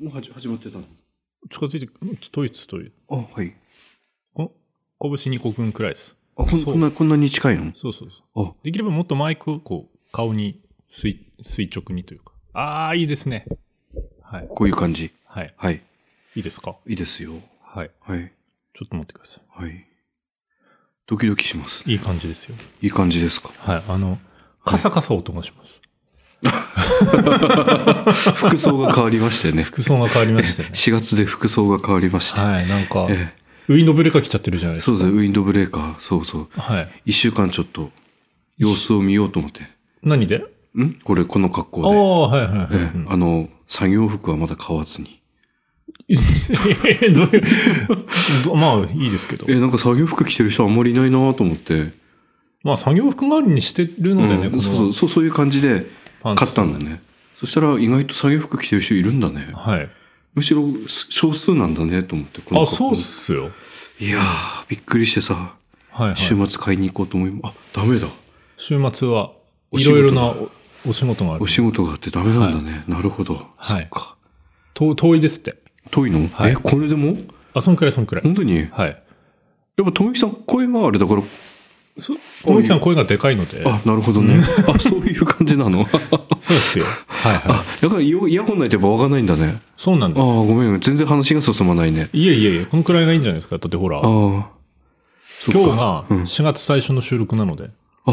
もう始まってたの？ 近づいて、遠いです、遠い。 あ、はい。 拳2個分くらいです。 あ、こんなに近いの？ そうそうそう。あ、できればもっとマイクをこう、顔に垂直にというか。ああ、いいですね。はい。 こういう感じ。 はい。 はい。 いいですか？ いいですよ。 はい。 はい。 ちょっと待ってください。 はい。ドキドキします。 いい感じですよ。 いい感じですか？ はい。カサカサ音がします。 服装が変わりましてね。 服装が変わりましてね。 4月で服装が変わりまして。 はい。なんか、ウィンドブレーカー来ちゃってるじゃないですか。 そうですね。ウィンドブレーカー。そうそう。はい。1週間ちょっと様子を見ようと思って。 何で？ この格好で。 ああ、はいはいはい。 作業服はまだ買わずに。 どういうまあいいですけど。 なんか作業服着てる人あんまりいないなと思って。 まあ作業服代わりにしてるのでね。 そういう感じで買ったんだね。そしたら意外と作業服着てる人いるんだね。はい。むしろ少数なんだねと思って。 あ、そうっすよ。 いやー、びっくりしてさ。はいはい、週末買いに行こうと思います。あ、ダメだ。 週末はいろいろなお仕事がある。 お仕事があってダメなんだね。はい、なるほど。 はい。 そっか。 遠いですって。 遠いの？はい、これでも？ そんくらい。 本当に？はい。やっぱ、ともきさん声があれだから、 ともきさん声がでかいので。 あ、なるほどね。そういう感じなの？ そうですよ。はいはい。 だからイヤホンないとやっぱわかんないんだね。 そうなんです。 ごめん。全然話が進まないね。 いえ。このくらいがいいんじゃないですか。だってほら。今日が4月最初の収録なので。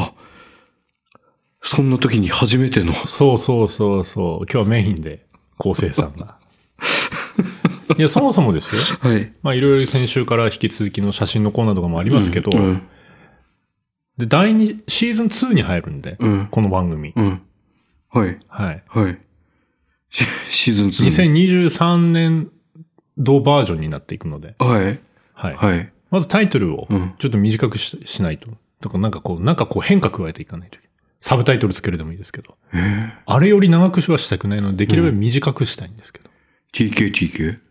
そんな時に初めての。 そう。今日はメインで、昴生さんが。いや、そもそもですよ。はい。まあ、いろいろ先週から引き続きの写真のコーナーとかもありますけど、で、シーズン2に入るんで、この番組。 はい。シーズン2。 2023年度バージョンになっていくので。はい。まずタイトルをちょっと短くしないと。だからなんかこう変化加えていかないと。サブタイトルつけるでもいいですけど。あれより長くはしたくないので、できれば短くしたいんですけど。 TK？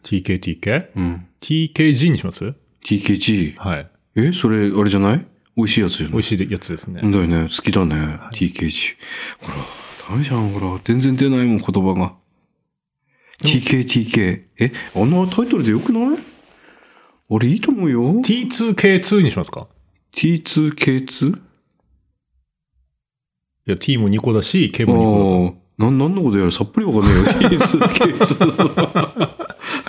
TKG にします？ TKG？ はい。 それ、あれじゃない？美味しいやつじゃない？ 美味しいやつですね。 だよね。好きだね。TKG。ほら、ダメじゃん。ほら、全然出ないもん、言葉が。TK。あんなタイトルでよくない？俺いいと思うよ。 T2K2 にしますか？ T2K2？ いや、T も2個だし、K も2個だ。 何のことやるさっぱりわかんないよ。T2K2。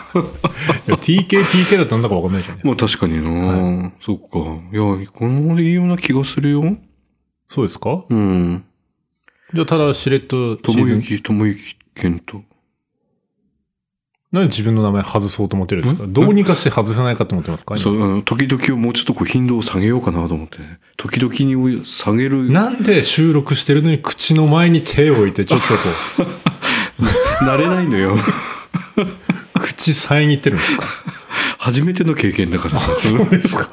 TK だとなんだかわかんないじゃないですか。 まあ確かにな、そっか。いや、このままでいいような気がするよ。 そうですか？じゃあ、ただしれっと、 ともゆきけんと。 なんで自分の名前外そうと思ってるんですか？どうにかして外せないかと思ってますか？ そう、時々をもうちょっと頻度を下げようかなと思って。時々に下げる。 なんで収録してるのに口の前に手を置いて、ちょっとこう。慣れないのよ。 口遮ってるんですか？ 初めての経験だからさ。 そうですか。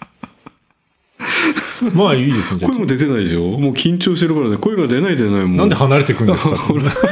まあいいですね。 声も出てないでしょ？もう緊張してるからね。声が出ないもん。 なんで離れてくんですか？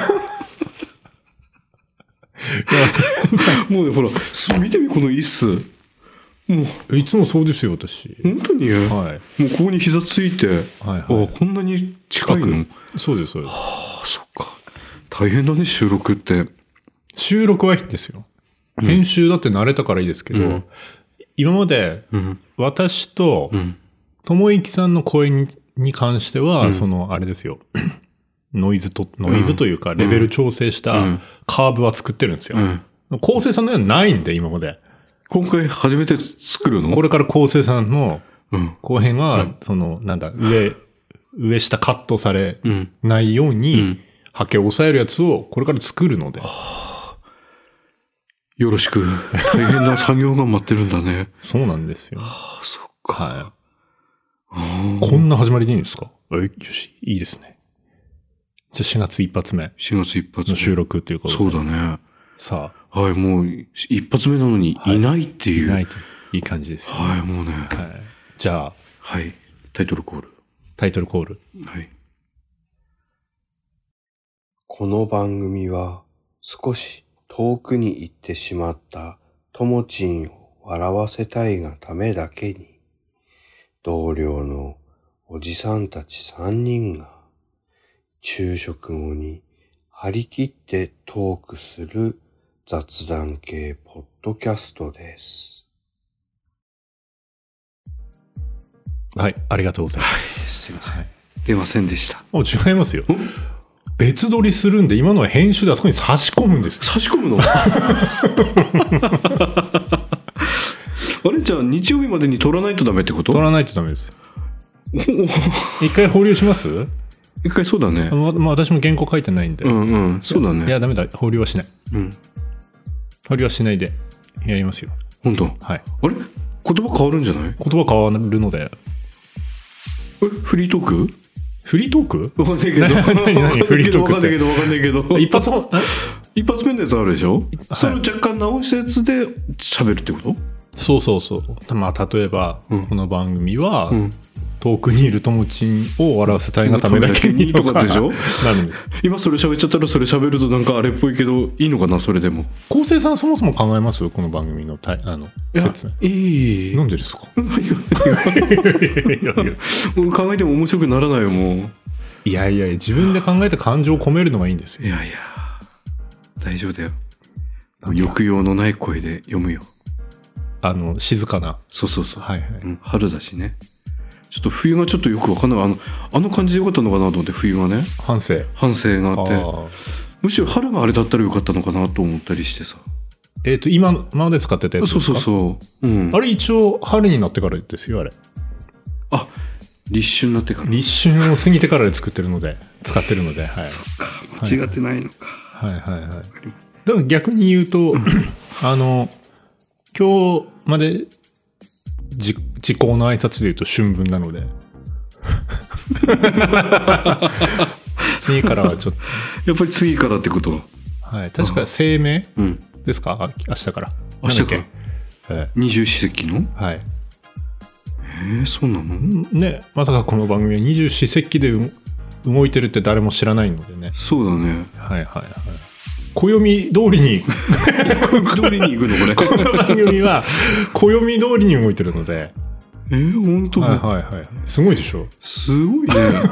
もうね、ほら、見てみ、この椅子。 もういつもそうですよ、私。 本当に？はい。もうここに膝ついて、こんなに近いの？ そうです。はあ、そっか。大変だね、収録って。 収録はいいんですよ。編集だって慣れたからいいですけど、今まで、私と、ともいきさんの声に関しては、あれですよ。ノイズというか、レベル調整したカーブは作ってるんですよ。昴生さんのようにないんで、今まで。 今回初めて作るの？ これから昴生さんの後編は、上下カットされないように、波形を抑えるやつをこれから作るので。 よろしく。大変な作業が待ってるんだね。 そうなんですよ。 そっか。 こんな始まりでいいんですか？よし、いいですね。じゃあ4月一発目。 4月一発目。 の収録っていうことで。 そうだね。 さあ。はい、もう一発目なのにいないっていう。 いないといい感じです、ね。 はい、もうね。 はい。じゃあ。 はい。タイトルコール。 はい。 この番組は少し遠くに行ってしまったともちんを笑わせたいがためだけに、同僚のおじさんたち3人が昼食後に張り切ってトークする雑談系ポッドキャストです。 はい、ありがとうございます。 すいません。出ませんでした。 違いますよ。別撮りするんで、今のは編集であそこに差し込むんです。 差し込むのあれじゃあ日曜日までに撮らないとダメってこと？ 撮らないとダメです。一回放流します？ 一回そうだね。 私も原稿書いてないんで。 そうだね。 いやダメだ、放流はしない。放流はしないでやりますよ。 本当？ はい。 あれ？言葉変わるんじゃない？ 言葉変わるので。 フリートーク？ フリートーク？ わかんないけど。 何フリートークって。 わかんないけど。 一発目のやつあるでしょ？それを若干直したやつで喋るってこと？そう。 まあ例えば、この番組は、遠くにいるともちんを笑わせたいがためだけにとかでしょ？なるんです。今それ喋っちゃったらそれ喋るとなんかあれっぽいけどいいのかな、それでも。 昴生さんそもそも考えますよ、この番組の説明。なんでですか？ 考えても面白くならないよ、もう。 いや自分で考えて感情を込めるのがいいんですよ。 いや大丈夫だよ。抑揚のない声で読むよ。 静かな。 そう。はい。春だしね。ちょっと冬がちょっとよくわかんない。あの感じでよかったのかなと思って、冬がね。反省があって。むしろ春があれだったらよかったのかなと思ったりしてさ。 今まで使ってたやつですか？ そう。 あれ一応春になってからですよ、あれ。 あ、立春になってから。 立春を過ぎてからで使ってるので、はい。 そっか、間違ってないのか。 はい。だから逆に言うと、今日まで時効の挨拶で言うと春分なので次からはちょっとやっぱり次からってこと？ はい、確か清明ですか？明日から。 明日から。二十四節気の？ はい。 そうなの？ ね、まさかこの番組は二十四節気で動いてるって誰も知らないのでね。 そうだね。 はい。暦通りに行くのこれ。 この番組は暦通りに動いてるので。 本当？ はい。すごいでしょ？ すごいね。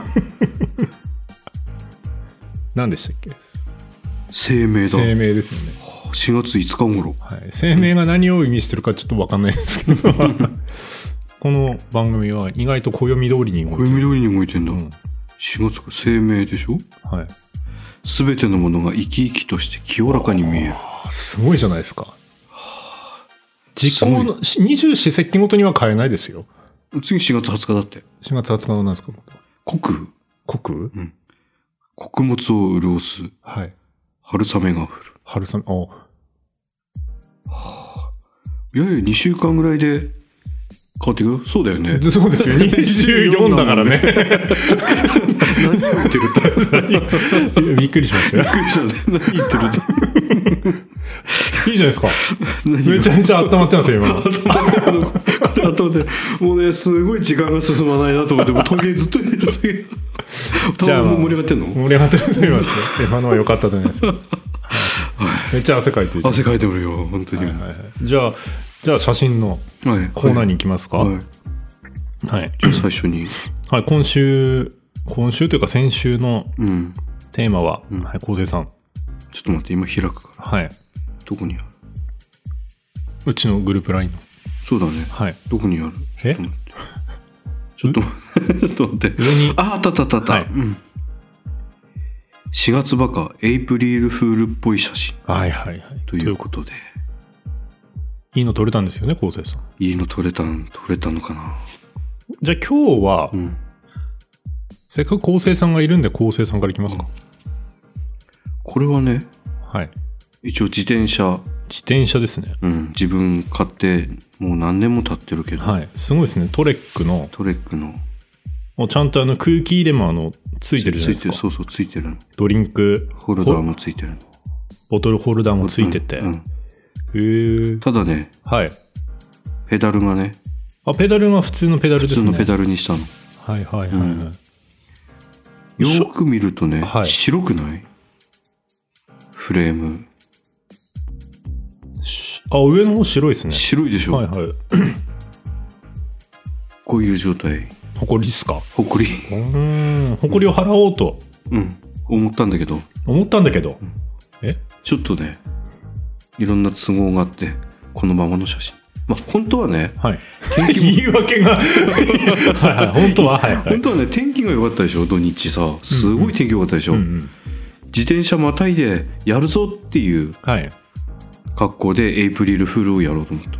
何でしたっけ？ 清明だ。 清明ですよね。 4月5日頃。 はい。清明が何を意味してるかちょっと分かんないですけどこの番組は意外と暦通りに動いてる。 暦通りに動いてんだ。4月か、清明でしょ？はい。すべてのものが生き生きとして清らかに見える。 すごいじゃないですか。時効の二十四節気ごとには変えないですよ。 次4月20日だって。 4月20日の何ですか？ 穀雨。穀物を潤す。 はい。 春雨が降る。 春雨。 いや2週間ぐらいで変わっていくよ。そうだよね。 そうですよ。24だからね。 何を言ってるってびっくりしましたよ。 びっくりしたね。何言ってるって。 いいじゃないですか。めちゃめちゃ温まってますよ、今の。これ温まってる。もうね、すごい時間が進まないなと思って、もう時計ずっと入れるだけ。じゃあ、盛り上がってんの？ 盛り上がってると思いますよ。今のは良かったと思います。めっちゃ汗かいてる。 汗かいてるよ、本当に。 じゃあ写真のコーナーに行きますか。はい。 じゃあ最初に。 はい、今週というか先週のテーマは、はい、昴生さん。 ちょっと待って、今開くから。 はい。 どこにある？ うちのグループ LINE の。 そうだね。 はい。 どこにある？ちょっと待って。上に。あった。はい。4月バカ、エイプリルフールっぽい写真。 はい。 ということで。 いいの撮れたんですよね、昴生さん。 いいの撮れたのかな。 じゃあ今日は、せっかく昴生さんがいるんで、昴生さんからいきますか。 これはね、 はい。 一応自転車ですね。 自分買ってもう何年も経ってるけど。 はい。すごいですね。トレックの。もうちゃんと空気入れもついてるじゃないですか。 そう、ついてる。 ドリンクホルダーもついてる。 ボトルホルダーもついてて。 ただね、 はい。 ペダルがね。 ペダルが普通のペダルですね。 普通のペダルにしたの。 はい。 よく見るとね、白くない？フレーム。 上の方白いですね。 白いでしょ。 はい。 こういう状態。 ほこりですか？ ほこり。 ほこりを払おうと。 思ったんだけど。 ちょっとね。 いろんな都合があってこのままの写真。まあ本当はね、 はい、言い訳がはい、本当は、はいはい、 本当はね天気が良かったでしょ。土日さすごい天気良かったでしょ、うんうん、自転車またいでやるぞっていう格好でエイプリルフールをやろうと思った。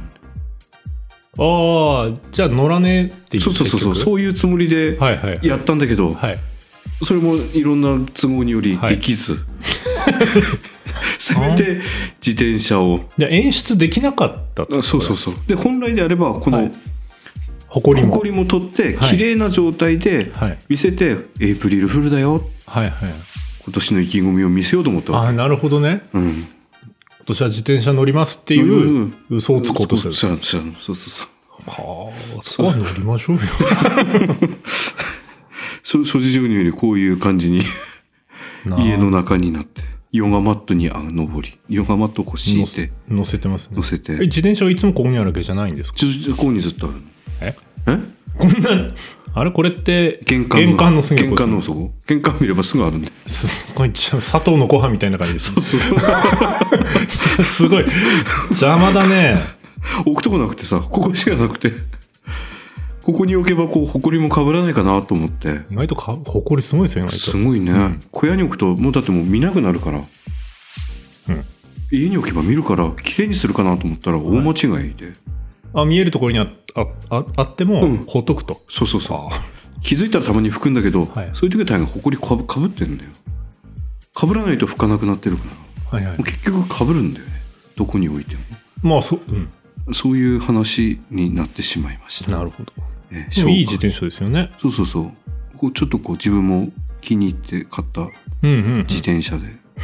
ああ、じゃあ乗らねえっていう。 そういうつもりでやったんだけど、はい、それもいろんな都合によりできず、はい、せめて自転車を演出できなかったと。 そうで本来であればこの、はい、埃も取って綺麗な状態で見せて、はい、エイプリルフールだよ、はいはい、今年の意気込みを見せようと思ったわけ。 あ、なるほどね、うん、今年は自転車乗りますっていう嘘をつこうとする。そうはあ、そこは乗りましょうよ諸事情によりこういう感じに家の中になってヨガマットに登り、ヨガマットをこう敷いて乗せてますね。 乗せて。 自転車はいつもここにあるわけじゃないんですか？ ここにずっとある。 こんなあれこれって玄関のすぐ横ですね。 玄関見ればすぐあるんで。 すごい砂糖のご飯みたいな感じです、ね。そうすごい邪魔だね。 置くとこなくてさ、ここしかなくて、ここに置けばこう埃もかぶらないかなと思って。 意外と埃すごいですよ。意外とすごいね、うん、小屋に置くともうだってもう見なくなるから、うん、家に置けば見るからきれいにするかなと思ったら大間違いで、 はい、見えるところにあっても、うん、ほっとくと。 そう気づいたらたまに拭くんだけど、はい、そういう時は大概埃かぶってるんだよ。かぶらないと拭かなくなってるから、はいはい、もう結局かぶるんだよね、どこに置いても。 まあそういう話になってしまいました。 なるほど。でもいい自転車ですよね。 そうこうちょっとこう自分も気に入って買った自転車で、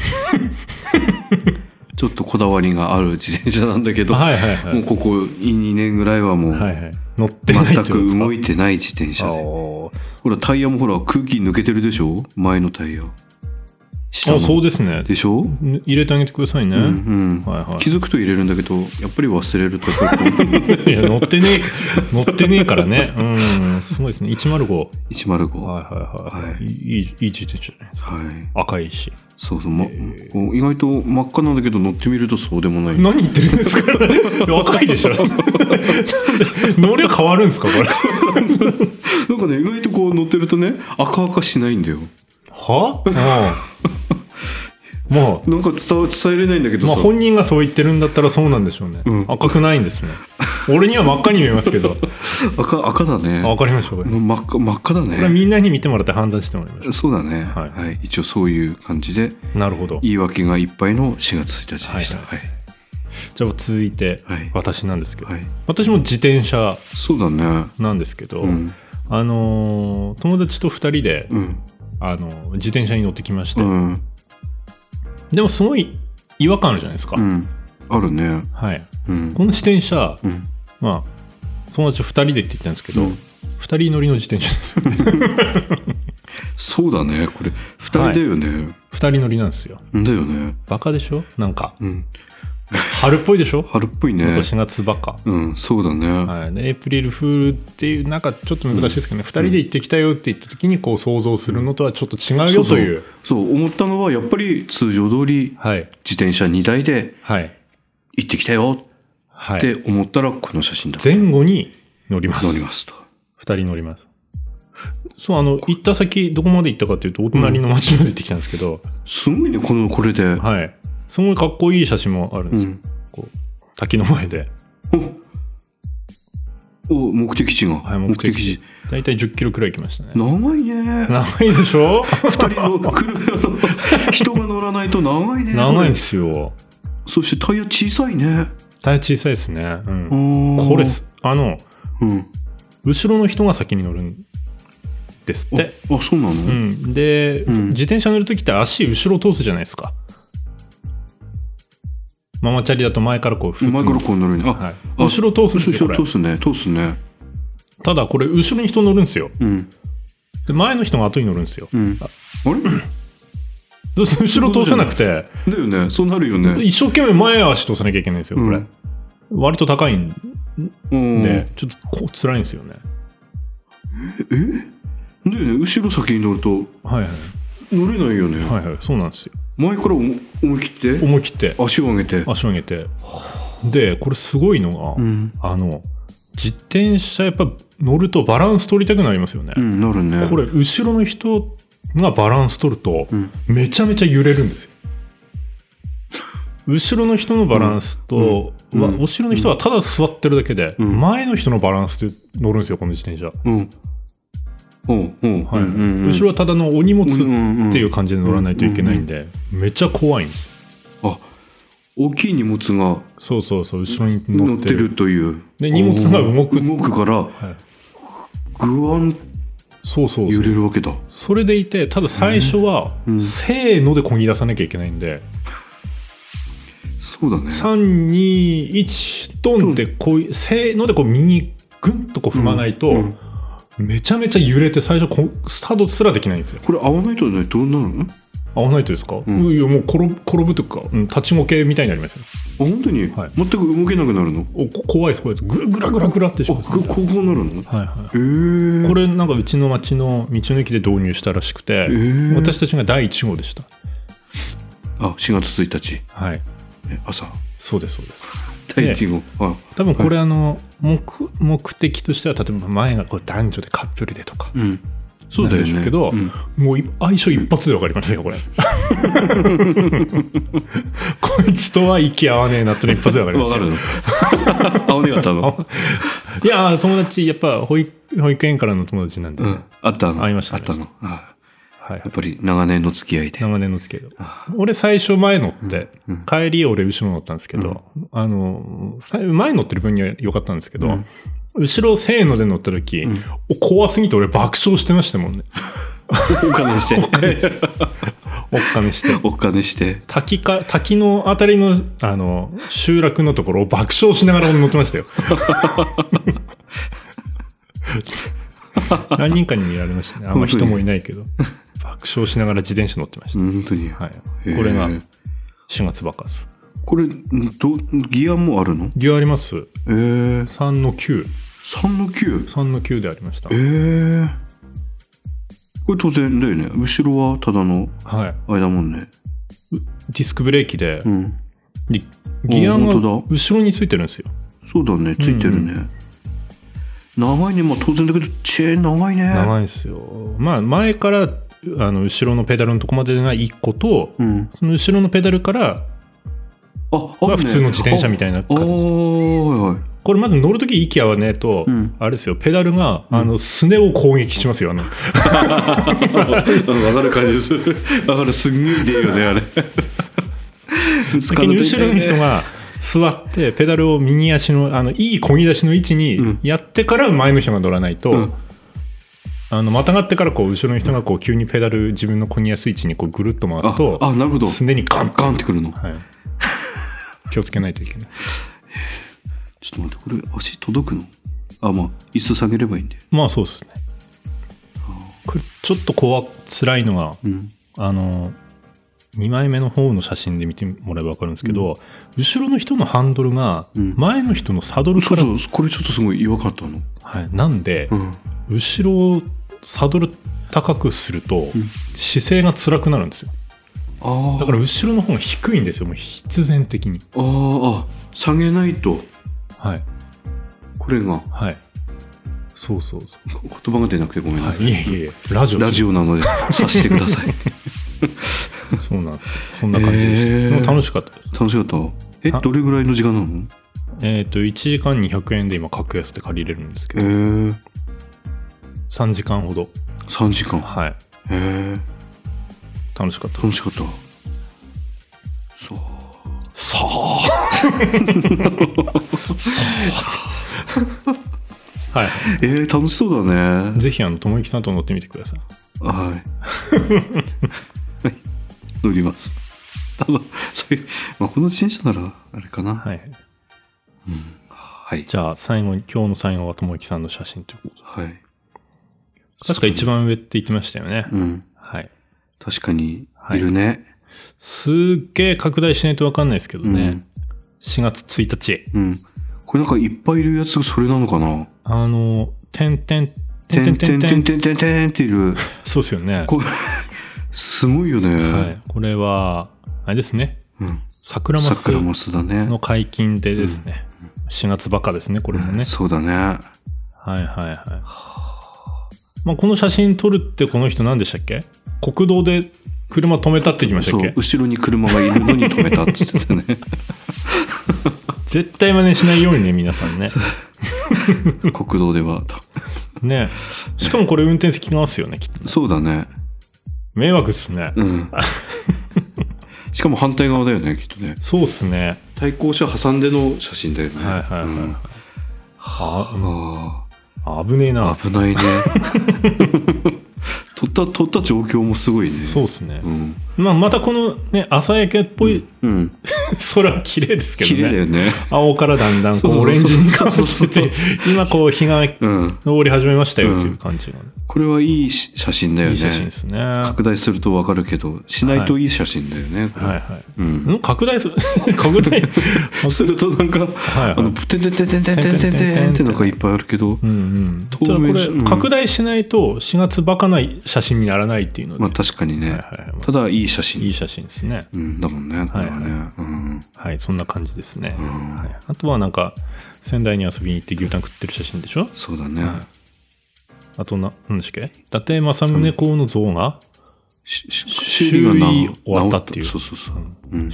ちょっとこだわりがある自転車なんだけど、はいはいはい、もうここ2年ぐらいはもう、はいはい、乗ってない全く動いてない自転車で、ほらタイヤもほら空気抜けてるでしょ、前のタイヤ。 そうですね。 でしょ？ 入れてあげてくださいね、うんうんはいはい、気づくと入れるんだけどやっぱり忘れるといや乗ってねえからね、うん、すごいですね。105、はいはいはい、いい自転車じゃないですか、はい、赤いし。 そう、意外と真っ赤なんだけど乗ってみるとそうでもない。 何言ってるんですか若いでしょ乗りは変わるんですかこれなんかね、意外とこう乗ってるとね赤々しないんだよ。 はまあ、なんか伝えれないんだけどさ、 本人がそう言ってるんだったらそうなんでしょうね、うん、赤くないんですね俺には真っ赤に見えますけど赤だね。 分かりましょう。 真っ赤だね。 これみんなに見てもらって判断してもらいましょう。 そうだね、はいはい、一応そういう感じで。 なるほど。 言い訳がいっぱいの4月1日でした、 はいはい、じゃあ続いて、はい、私なんですけど、はい、私も自転車なんですけど、うん、友達と2人で、うん、自転車に乗ってきまして、うん、でもすごい違和感あるじゃないですか、うん、 あるね、 はいうん、この自転車、うん、まあ友達2人でって言ったんですけど、うん、2人乗りの自転車ですそうだね、これ2人だよね、はい、 2人乗りなんですよ。 だよね。 バカでしょなんか、うん、春っぽいでしょ。 春っぽいね。 4月バカ。 うん、そうだね。 はい、でエイプリルフールっていうなんかちょっと難しいですけどね、2人で行ってきたよって言った時にこう想像するのとはちょっと違うよという。 そう思ったのはやっぱり通常通り自転車2台で行ってきたよって思ったらこの写真だ。 前後に乗ります。 乗りますと。 2人乗ります。そう行った先どこまで行ったかというとお隣の町まで行ってきたんですけど、 すごいねこれで。 はい。すごいかっこいい写真もあるんですよ、こう滝の前で。 目的地が、 はい、目的地だいたい10キロくらい行きましたね。 長いね。 長いでしょ 2人の車の人が乗らないと長いね。 長いんですよ。そしてタイヤ小さいね。 タイヤ小さいですね、うん、これうん、後ろの人が先に乗るんですって。 あそうなの、うん、 で、自転車乗るときって足後ろ通すじゃないですか。ママチャリだと前からこう前からこう乗るね。 はい、後ろ通すんですよ。 後ろ通すね。 ただこれ後ろに人乗るんですよ、うん、で前の人が後に乗るんですよ、うん、あれ後ろ通せなくて。 だよね、そうなるよね。 一生懸命前足通さなきゃいけないんですよこれ、割と高いんでちょっと辛いんですよね。 だよね、後ろ先に乗ると、はいはい、乗れないよね。 はいはい、そうなんですよ。 前から思い切って足を上げてでこれすごいのが、自転車やっぱ乗るとバランス取りたくなりますよね、 なるね。 これ後ろの人がバランス取るとめちゃめちゃ揺れるんですよ、後ろの人のバランスと、後ろの人はただ座ってるだけで、前の人のバランスで乗るんですよこの自転車、後ろはただのお荷物っていう感じで乗らないといけないんで、めっちゃ怖いんです。 大きい荷物がそう後ろに乗ってるというで荷物が動くから、グワン揺れるわけだ。 それでいて、ただ最初は、せーので漕ぎ出さなきゃいけないんで、 そうだね、 3、2、1ドンってせーのでこう右グンとこう踏まないと、めちゃめちゃ揺れて最初スタートすらできないんですよ。 これ合わないとね、どうなるの？ 合わないとですか？いやもう転ぶというか、立ちこけみたいになりますよ。 本当に、全く動けなくなるの？ 怖いです。グラってします、ね。 こうなるの？ これなんかうちの町の道の駅で導入したらしくて、私たちが第1号でした。 4月1日。 はい。 朝。 そうです。 第1号。 多分これ目的としては、例えば前がこう男女でカップルでとか。 そうだよね。 けど、もう相性一発で分かりましたよこれ。こいつとは息合わねえなっての一発で分かりました。 分かるの？合わねかったの？ いや友達やっぱ保育園からの友達なんで、会いましたね。 あったの。やっぱり長年の付き合いで。俺最初前乗って、帰り俺後ろ乗ったんですけど、前乗ってる分には良かったんですけど、後ろせーので乗った時、怖すぎて俺爆笑してましたもんね。 お金して滝のあたりの集落のところを爆笑しながら乗ってましたよ。何人かに見られましたね。あんま人もいないけど爆笑しながら自転車乗ってました。 本当に、 はい、これが4月爆発。 これギアもあるの？ ギアあります。3の9。 3の 9？3 の9でありました。 これ当然だよね。後ろはただのあれだもんね、 ディスクブレーキで、ギアが後ろについてるんですよ。 そうだね、ついてるね、長いね。当然だけどチェーン長いね。 長いですよ。前から後ろのペダルのとこまでが1個と、その後ろのペダルから普通の自転車みたいな感じ。これまず乗るとき息合わねえと、あれですよ、ペダルがすねを攻撃しますよ。わかる感じです。わかる、すんげえ出るよねあれ。 先に後ろの人が座ってペダルを右足のいい漕ぎ出しの位置にやってから前の人が乗らないと、またがってから後ろの人が急にペダル自分の漕ぎやすい位置にぐるっと回すと、 なるほど、 すねにガンってくるの。 気をつけないといけない。 ちょっと待って、これ足届くの？椅子下げればいいんで。 そうですね。これちょっと辛いのが、2枚目の方の写真で見てもらえば分かるんですけど、後ろの人のハンドルが前の人のサドルから、 そうこれちょっとすごい違和感あったの。 なんで、後ろをサドル高くすると、姿勢が辛くなるんですよ。だから後ろの方が低いんですよ、もう必然的に。 下げないと。これが。 そう。 言葉が出なくてごめんなさい。 いえ、ラジオなので察してください。 そうなんです。そんな感じでした。楽しかったです。 楽しかった。どれぐらいの時間なの ？1時間200円で今格安で借りれるんですけど、3時間ほど。 3時間。 楽しかった。 楽しそうだね。 ぜひ友之さんと乗ってみてください。 乗ります。多分この自転車ならあれかな。 じゃあ今日の最後は友之さんの写真ということで。確か一番上って言ってましたよね。 確かにいるね。 すっげえ拡大しないと分かんないですけどね。4月1日。 これなんかいっぱいいるやつがそれなのかな。 点っている。 そうですよね。 すごいよね。 これはあれですね。 うん。 桜マスだね。 の解禁でですね。4月バカですね、これもね。 そうだね。 はいはいはい。まあ、この写真撮るってこの人何でしたっけ？国道で車止めたって言いましたっけ？ そう、後ろに車がいるのに止めたって言ってたね。 絶対真似しないようにね、皆さんね。 国道では。 ね。しかもこれ運転席側っすよね、きっと。 そうだね。 迷惑っすね。 うん。しかも反対側だよね、きっとね。 そうっすね。 対向車挟んでの写真だよね。 はいはいはい。うん、 はあ、危ねえな。 危ないね。撮った状況もすごいね。 そうですね。 うん、 まあ、またこのね、朝焼けっぽい、 うん、 空は綺麗ですけどね。 綺麗だよね。 青からだんだんこうオレンジに変わってて、今こう日が昇り始めましたよっていう感じが、ね。 これはいい写真だよね。 いい写真ですね。 拡大すると分かるけど、しないといい写真だよね。 はいはいはい。うん、拡大するとなんか、はいはい、てんてんてんてんてんてんてんてんってなんかいっぱいあるけど、 ただこれ拡大しないと4月バカな写真にならないっていうので。 まあ確かにね。はいはい、ただいい写真。 いい写真ですね。 うん、だもんね。これはね。 はい、そんな感じですね。はい、あとはなんか仙台に遊びに行って牛タン食ってる写真でしょ。 そうだね。 あと何でしたっけ？伊達政宗公の像が修理終わったっていう。 そうそうそう。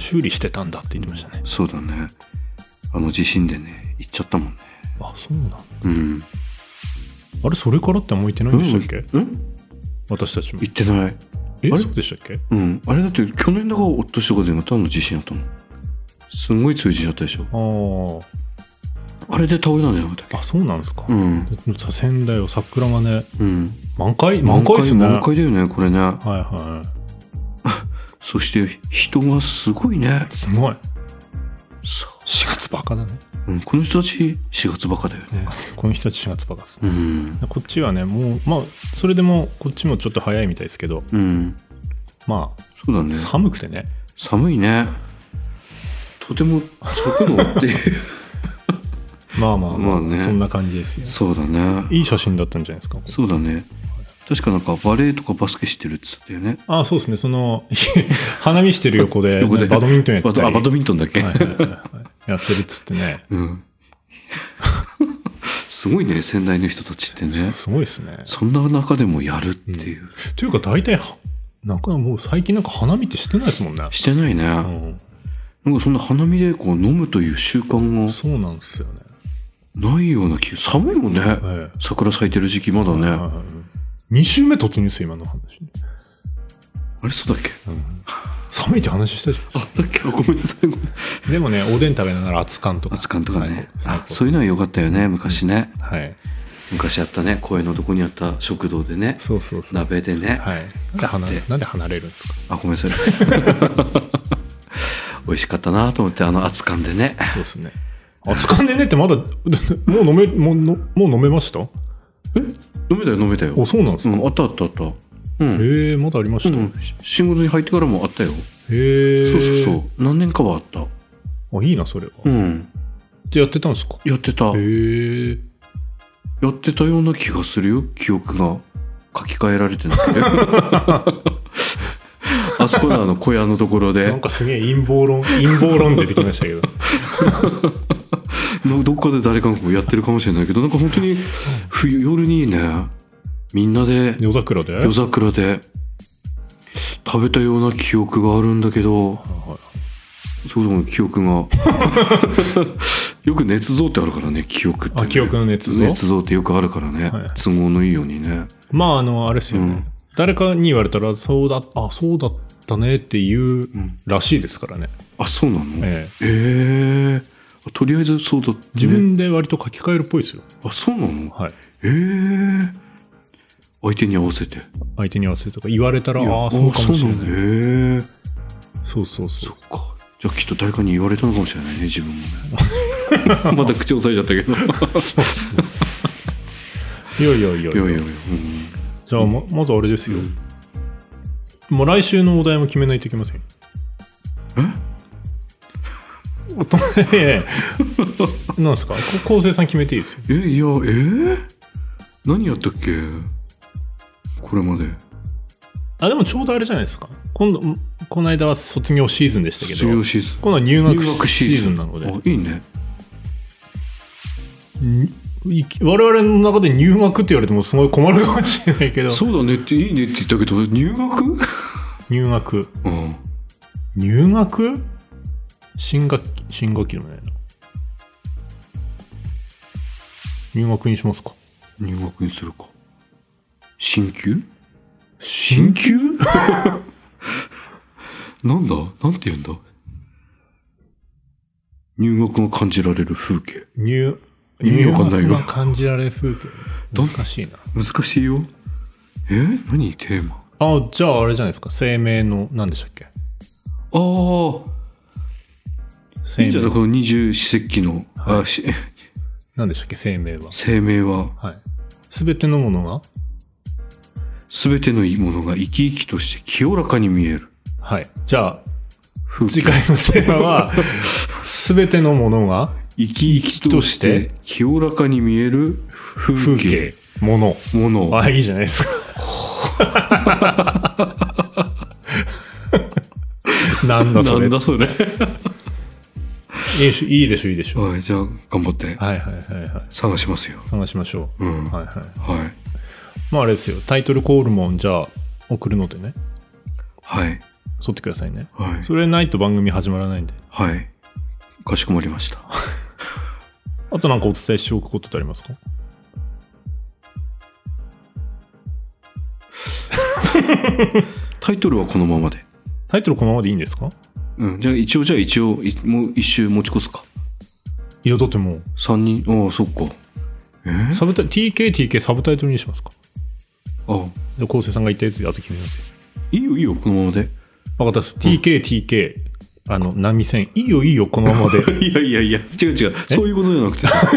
修理してたんだって言ってましたね。 そうだね。地震でね、行っちゃったもんね。 あ、そうなんだ。あれ、それからってあんま行ってないんでしたっけ？私たちも。 行ってない。 そうでしたっけ？ あれだって去年だかおとしとかでまた地震あったの。すごい通じちゃったでしょ。あれで倒れたんじゃなかったっけ？あ、 そうなんですか。仙台は桜がね、満開ですね。 満開だよね、これね。 はいはい。 そして人がすごいね。 すごい。4月バカだね。 この人たち4月バカだよね。 この人たち4月バカですね。こっちはね、もう、まあ、それでもこっちもちょっと早いみたいですけど、まあ、 そうだね。 寒くてね。 寒いね。とても直のっていう。 まあね、そんな感じですよ。 そうだね。 いい写真だったんじゃないですか。 そうだね。確かなんかバレーとかバスケしてるっつったよね。 ああ、そうですね。その花見してる横でバドミントンやってたり。 バドミントンだっけ？ やってるっつってね。 すごいね、仙台の人たちってね。 すごいですね。 そんな中でもやるっていう。 というか大体なんかもう最近なんか花見ってしてないですもんね。 してないね。なんかそんな花見でこう飲むという習慣が。 そうなんですよね。 ないような気が。寒いもんね。桜咲いてる時期まだね。 2週目突入ですよ、今の話。 あれ、そうだっけ？ 寒いって話したじゃん。 あったっけ？ごめんなさい。 でもね、おでん食べながら熱燗とか。 熱燗とかね。そういうのは良かったよね、昔ね。 はい。 昔あったね、公園のどこにあった食堂でね。 そう。 鍋でね。 はい。なんで離れるんですか？ あ、ごめんなさい。美味しかったなと思って、熱燗でね。 そうですね。熱燗でねってまだ、もう飲めました？ 飲めたよ。 あ、そうなんですか？ あった。 へえ、まだありました。 仕事に入ってからもあったよ。 へえ。 そう。何年かはあった。 あ、いいな、それは。じゃあやってたんですか？ やってた。 へえ。 やってたような気がするよ。記憶が書き換えられてなくて。あそこの小屋のところで。 なんかすげえ陰謀論出てきましたけど。 どっかで誰かがやってるかもしれないけど、なんか本当に夜にね、みんなで夜桜で食べたような記憶があるんだけど、そう記憶がよく捏造ってあるからね、記憶って、ね。 記憶の捏造ってよくあるからね、都合のいいようにね。 まああれですよね、誰かに言われたらそうだったねっていうらしいですからね。 あ、そうなの？とりあえずそうだって、ね、 自分で割と書き換えるっぽいですよ。 あ、そうなの？ はい。 相手に合わせてとか言われたら、そうかもしれない。そう。 そっか。じゃあきっと誰かに言われたのかもしれないね、自分もね。また口押さえちゃったけど。いや。 じゃあまずあれですよ。もう来週のお題も決めないといけません。なんですか？昴生さん決めていいですよ。何やったっけ？これまで。 でもちょうどあれじゃないですか。 この間は卒業シーズンでしたけど、 卒業シーズン、 今度は入学シーズンなので、 いいね。 我々の中で入学って言われてもすごい困るかもしれないけど、 そうだねっていいねって言ったけど、入学入学、うん、入学新学期のね、入学にしますか。 入学にするか。進級なんだ、なんて言うんだ。入学が感じられる風景。 入学が感じられる風景。難しいな。 難しいよ。何テーマ。 じゃああれじゃないですか。生命の何でしたっけ。 いいんじゃないこの二十四節気の。 はい、何でしたっけ。生命は。 生命は。 はい。すべてのものが。 すべてのものが生き生きとして清らかに見える。 はい。じゃあ次回のテーマはすべてのものが生き生きとして清らかに見える風景。 もの。いいじゃないですか。なんだそれ。いいでしょ。 はい、じゃあ頑張って。 はい。 探しますよ。 探しましょう。はい。 まああれですよ。タイトルコールもじゃあ送るのでね。 はい。 撮ってくださいね。 はい。 それないと番組始まらないんで。 はい。かしこまりました。 あとなんかお伝えしておくことってありますか？ タイトルはこのままで。 タイトルこのままでいいんですか？ うん。じゃあ一応もう一周持ち越すか。 いやだってもう 3人。ああ、そっか。 サブタイトル TK サブタイトルにしますか？ で昴生さんが言ったやつであと決めますよ。 いいよこのままで。 分かったです。TK 波線いいよこのままで。 いや違うそういうことじゃなくてさ。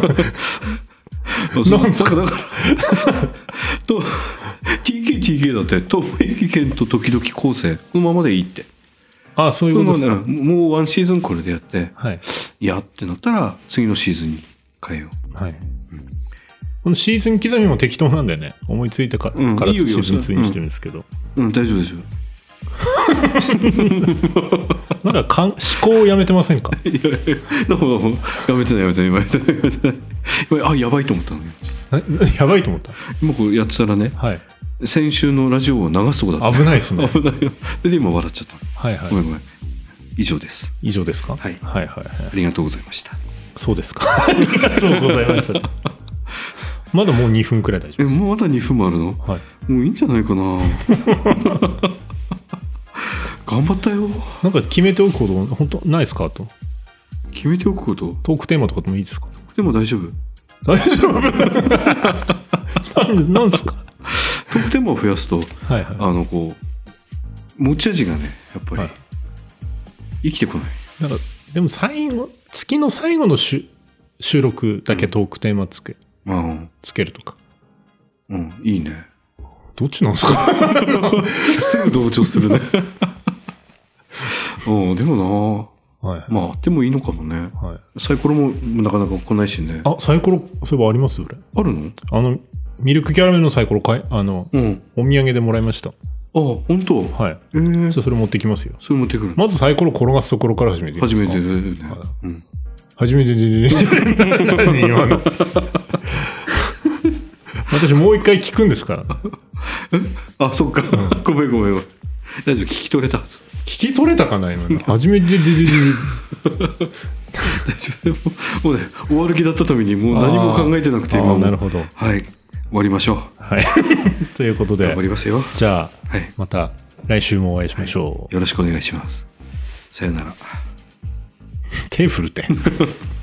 なんすかだからと TK だってと駅県と時々昴生このままでいいって。 そういうことですか。 もうワンシーズンこれでやって、 はい、 いやってなったら次のシーズンに変えよう。 はい。このシーズン刻みも適当なんだよね。思いついたからシーズン2にしてるんですけど。 大丈夫ですよ。 まだ思考をやめてませんか？ やめてないやばいと思ったのよ。 やばいと思った。 今こうやってたらね、はい、先週のラジオを流すとこだった。 危ないですね。 危ないよ。で今笑っちゃった。 はいはい。 ごめん以上です。 以上ですか？ はい。 はい。 ありがとうございました。 そうですか。ありがとうございました。まだもう2分くらい大丈夫です。 もうまだ2分もあるの？はい。もういいんじゃないかな。頑張ったよ。 なんか決めておくこと本当ないですか？と決めておくこと？ トークテーマとかでもいいですか？ でも大丈夫。 大丈夫。なんですか？ トークテーマを増やすと、 はいこう持ち味がねやっぱり生きてこない。 なんかでも月の最後の収録だけトークテーマつけるとか。 いいね。 どっちなんですか？ すぐ同調するね。でもな、はい、まああってもいいのかもね、はい、サイコロもなかなか来ないしね。 サイコロそういえばありますよ。 あるの？ ミルクキャラメルのサイコロお土産でもらいました。 本当？ はい。じゃあそれ持ってきますよ。 それ持ってくる。 まずサイコロ転がすところから始めていいですか？ 初めてでね。 初めてで何今の。私もう一回聞くんですから。 そっか。ごめん。大丈夫、聞き取れたはず。 聞き取れたかな今の。初めてで大丈夫。もうね、終わる気だったためにもう何も考えてなくて今も。 なるほど。 はい。終わりましょう。 はい。ということで。 頑張りますよ。 じゃあ、また来週もお会いしましょう。 よろしくお願いします。さよなら。 手振るって。